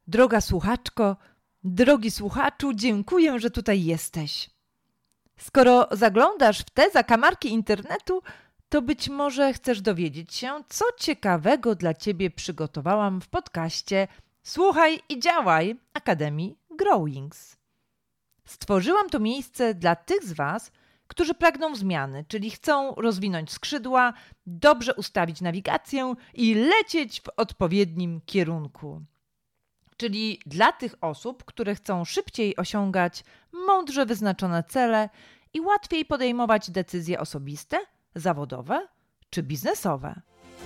Droga słuchaczko, drogi słuchaczu, dziękuję, że tutaj jesteś. Skoro zaglądasz w te zakamarki internetu, to być może chcesz dowiedzieć się, co ciekawego dla Ciebie przygotowałam w podcaście Słuchaj i działaj Akademii Growings. Stworzyłam to miejsce dla tych z Was, którzy pragną zmiany, czyli chcą rozwinąć skrzydła, dobrze ustawić nawigację i lecieć w odpowiednim kierunku. Czyli dla tych osób, które chcą szybciej osiągać mądrze wyznaczone cele i łatwiej podejmować decyzje osobiste, zawodowe czy biznesowe.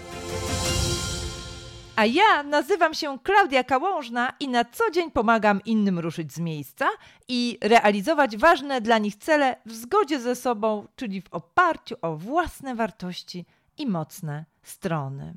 A ja nazywam się Klaudia Kałążna i na co dzień pomagam innym ruszyć z miejsca i realizować ważne dla nich cele w zgodzie ze sobą, czyli w oparciu o własne wartości i mocne strony.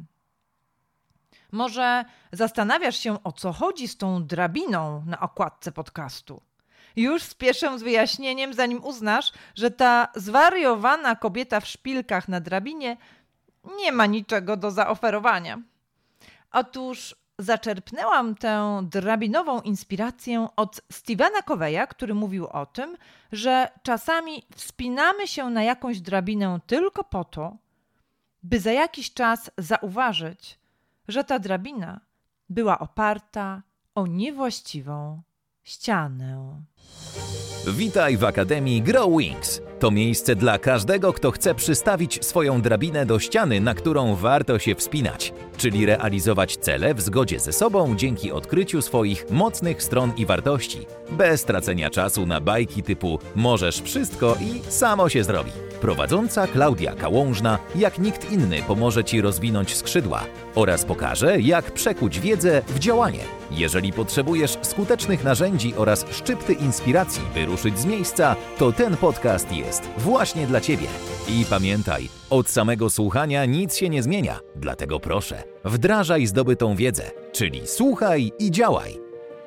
Może zastanawiasz się, o co chodzi z tą drabiną na okładce podcastu. Już spieszę z wyjaśnieniem, zanim uznasz, że ta zwariowana kobieta w szpilkach na drabinie nie ma niczego do zaoferowania. Otóż zaczerpnęłam tę drabinową inspirację od Stephena Coveya, który mówił o tym, że czasami wspinamy się na jakąś drabinę tylko po to, by za jakiś czas zauważyć, że ta drabina była oparta o niewłaściwą ścianę. Witaj w Akademii Growings. To miejsce dla każdego, kto chce przystawić swoją drabinę do ściany, na którą warto się wspinać, czyli realizować cele w zgodzie ze sobą dzięki odkryciu swoich mocnych stron i wartości, bez tracenia czasu na bajki typu możesz wszystko i samo się zrobi. Prowadząca Klaudia Kałążna, jak nikt inny, pomoże Ci rozwinąć skrzydła oraz pokaże, jak przekuć wiedzę w działanie. Jeżeli potrzebujesz skutecznych narzędzi oraz szczypty inspiracji, by ruszyć z miejsca, to ten podcast jest właśnie dla Ciebie. I pamiętaj, od samego słuchania nic się nie zmienia, dlatego proszę, wdrażaj zdobytą wiedzę, czyli słuchaj i działaj.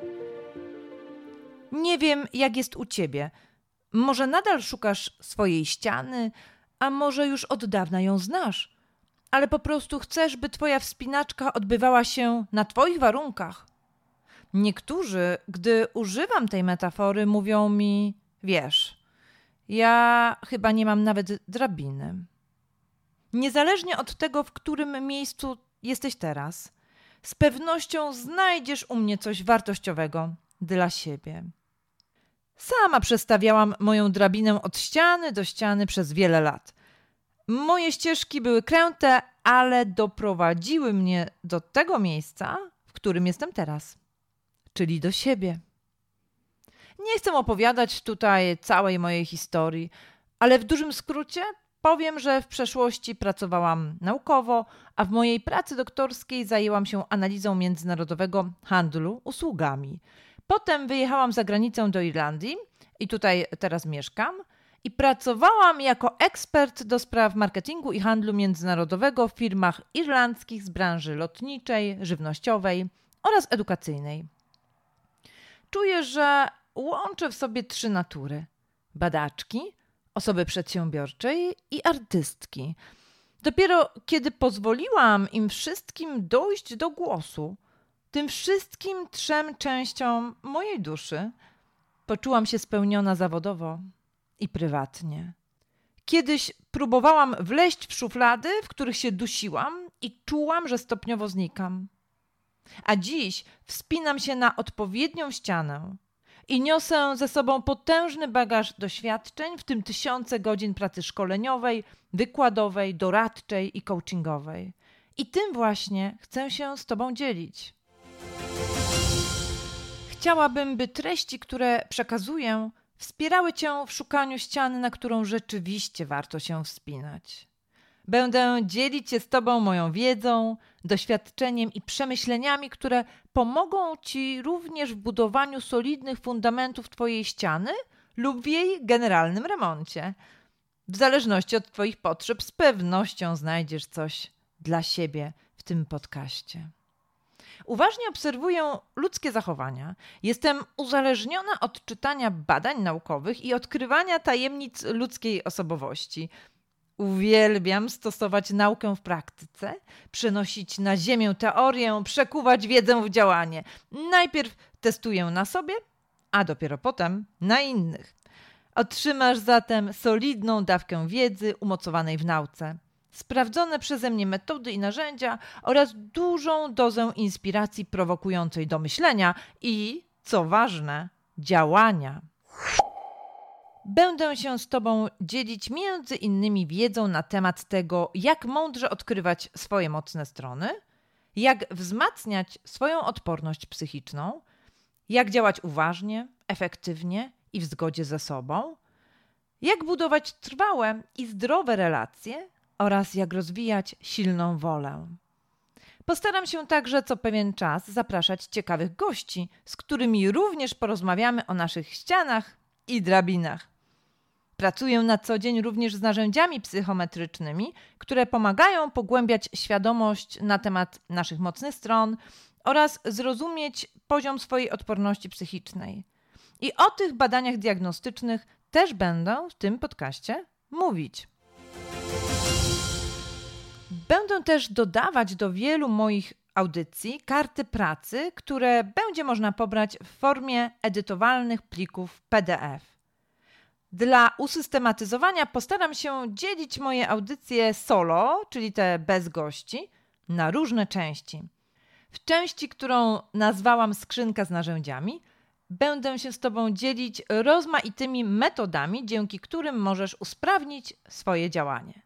Nie wiem, jak jest u Ciebie. Może nadal szukasz swojej ściany, a może już od dawna ją znasz, ale po prostu chcesz, by Twoja wspinaczka odbywała się na Twoich warunkach. Niektórzy, gdy używam tej metafory, mówią mi, wiesz, ja chyba nie mam nawet drabiny. Niezależnie od tego, w którym miejscu jesteś teraz, z pewnością znajdziesz u mnie coś wartościowego dla siebie. Sama przestawiałam moją drabinę od ściany do ściany przez wiele lat. Moje ścieżki były kręte, ale doprowadziły mnie do tego miejsca, w którym jestem teraz, czyli do siebie. Nie chcę opowiadać tutaj całej mojej historii, ale w dużym skrócie powiem, że w przeszłości pracowałam naukowo, a w mojej pracy doktorskiej zajęłam się analizą międzynarodowego handlu usługami. Potem wyjechałam za granicę do Irlandii i tutaj teraz mieszkam i pracowałam jako ekspert do spraw marketingu i handlu międzynarodowego w firmach irlandzkich z branży lotniczej, żywnościowej oraz edukacyjnej. Czuję, że łączę w sobie 3 natury: badaczki, osoby przedsiębiorczej i artystki. Dopiero kiedy pozwoliłam im wszystkim dojść do głosu, tym wszystkim 3 częściom mojej duszy, poczułam się spełniona zawodowo i prywatnie. Kiedyś próbowałam wleźć w szuflady, w których się dusiłam i czułam, że stopniowo znikam. A dziś wspinam się na odpowiednią ścianę i niosę ze sobą potężny bagaż doświadczeń, w tym tysiące godzin pracy szkoleniowej, wykładowej, doradczej i coachingowej. I tym właśnie chcę się z Tobą dzielić. Chciałabym, by treści, które przekazuję, wspierały Cię w szukaniu ściany, na którą rzeczywiście warto się wspinać. Będę dzielić się z Tobą moją wiedzą, doświadczeniem i przemyśleniami, które pomogą Ci również w budowaniu solidnych fundamentów Twojej ściany lub w jej generalnym remoncie. W zależności od Twoich potrzeb z pewnością znajdziesz coś dla siebie w tym podcaście. Uważnie obserwuję ludzkie zachowania. Jestem uzależniona od czytania badań naukowych i odkrywania tajemnic ludzkiej osobowości. Uwielbiam stosować naukę w praktyce, przenosić na ziemię teorię, przekuwać wiedzę w działanie. Najpierw testuję na sobie, a dopiero potem na innych. Otrzymasz zatem solidną dawkę wiedzy umocowanej w nauce, sprawdzone przeze mnie metody i narzędzia oraz dużą dozę inspiracji prowokującej do myślenia i, co ważne, działania. Będę się z Tobą dzielić między innymi wiedzą na temat tego, jak mądrze odkrywać swoje mocne strony, jak wzmacniać swoją odporność psychiczną, jak działać uważnie, efektywnie i w zgodzie ze sobą, jak budować trwałe i zdrowe relacje oraz jak rozwijać silną wolę. Postaram się także co pewien czas zapraszać ciekawych gości, z którymi również porozmawiamy o naszych ścianach i drabinach. Pracuję na co dzień również z narzędziami psychometrycznymi, które pomagają pogłębiać świadomość na temat naszych mocnych stron oraz zrozumieć poziom swojej odporności psychicznej. I o tych badaniach diagnostycznych też będę w tym podcaście mówić. Będę też dodawać do wielu moich audycji karty pracy, które będzie można pobrać w formie edytowalnych plików PDF. Dla usystematyzowania postaram się dzielić moje audycje solo, czyli te bez gości, na różne części. W części, którą nazwałam skrzynka z narzędziami, będę się z Tobą dzielić rozmaitymi metodami, dzięki którym możesz usprawnić swoje działanie.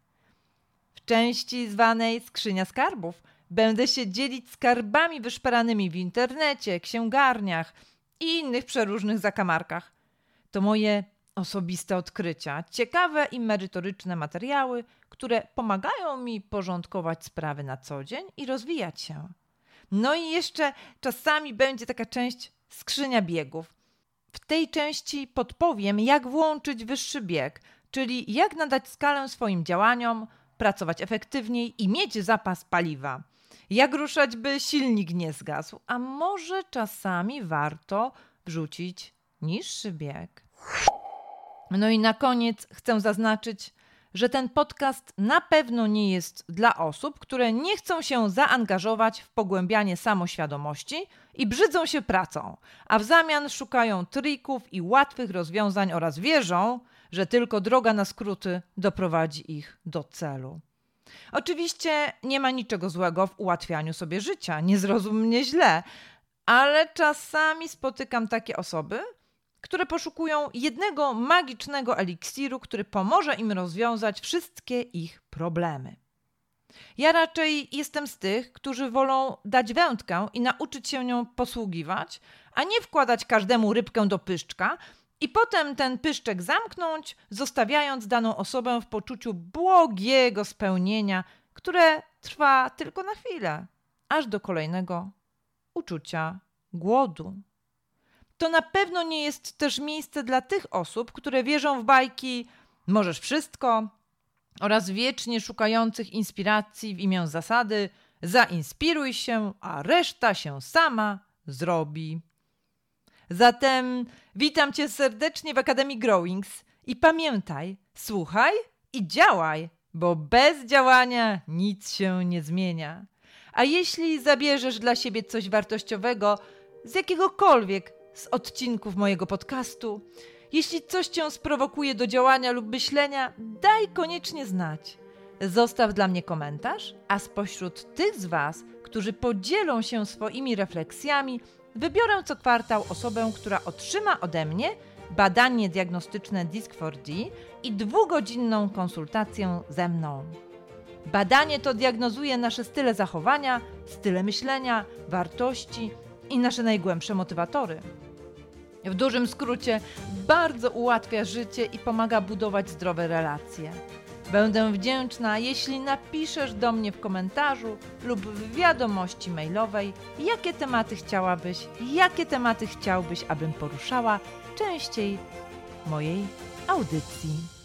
W części zwanej skrzynia skarbów będę się dzielić skarbami wyszperanymi w internecie, księgarniach i innych przeróżnych zakamarkach. To moje osobiste odkrycia, ciekawe i merytoryczne materiały, które pomagają mi porządkować sprawy na co dzień i rozwijać się. No i jeszcze czasami będzie taka część skrzynia biegów. W tej części podpowiem, jak włączyć wyższy bieg, czyli jak nadać skalę swoim działaniom, pracować efektywniej i mieć zapas paliwa. Jak ruszać, by silnik nie zgasł, a może czasami warto wrzucić niższy bieg. No i na koniec chcę zaznaczyć, że ten podcast na pewno nie jest dla osób, które nie chcą się zaangażować w pogłębianie samoświadomości i brzydzą się pracą, a w zamian szukają trików i łatwych rozwiązań oraz wierzą, że tylko droga na skróty doprowadzi ich do celu. Oczywiście nie ma niczego złego w ułatwianiu sobie życia, nie zrozum mnie źle, ale czasami spotykam takie osoby, które poszukują jednego magicznego eliksiru, który pomoże im rozwiązać wszystkie ich problemy. Ja raczej jestem z tych, którzy wolą dać wędkę i nauczyć się nią posługiwać, a nie wkładać każdemu rybkę do pyszczka i potem ten pyszczek zamknąć, zostawiając daną osobę w poczuciu błogiego spełnienia, które trwa tylko na chwilę, aż do kolejnego uczucia głodu. To na pewno nie jest też miejsce dla tych osób, które wierzą w bajki „możesz wszystko” oraz wiecznie szukających inspiracji w imię zasady „zainspiruj się, a reszta się sama zrobi”. Zatem witam Cię serdecznie w Akademii Growings i pamiętaj, słuchaj i działaj, bo bez działania nic się nie zmienia. A jeśli zabierzesz dla siebie coś wartościowego z jakiegokolwiek z odcinków mojego podcastu, jeśli coś Cię sprowokuje do działania lub myślenia, daj koniecznie znać. Zostaw dla mnie komentarz, a spośród tych z Was, którzy podzielą się swoimi refleksjami, wybiorę co kwartał osobę, która otrzyma ode mnie badanie diagnostyczne DISC-4D i 2-godzinną konsultację ze mną. Badanie to diagnozuje nasze style zachowania, style myślenia, wartości i nasze najgłębsze motywatory. W dużym skrócie bardzo ułatwia życie i pomaga budować zdrowe relacje. Będę wdzięczna, jeśli napiszesz do mnie w komentarzu lub w wiadomości mailowej, jakie tematy chciałbyś, abym poruszała częściej mojej audycji.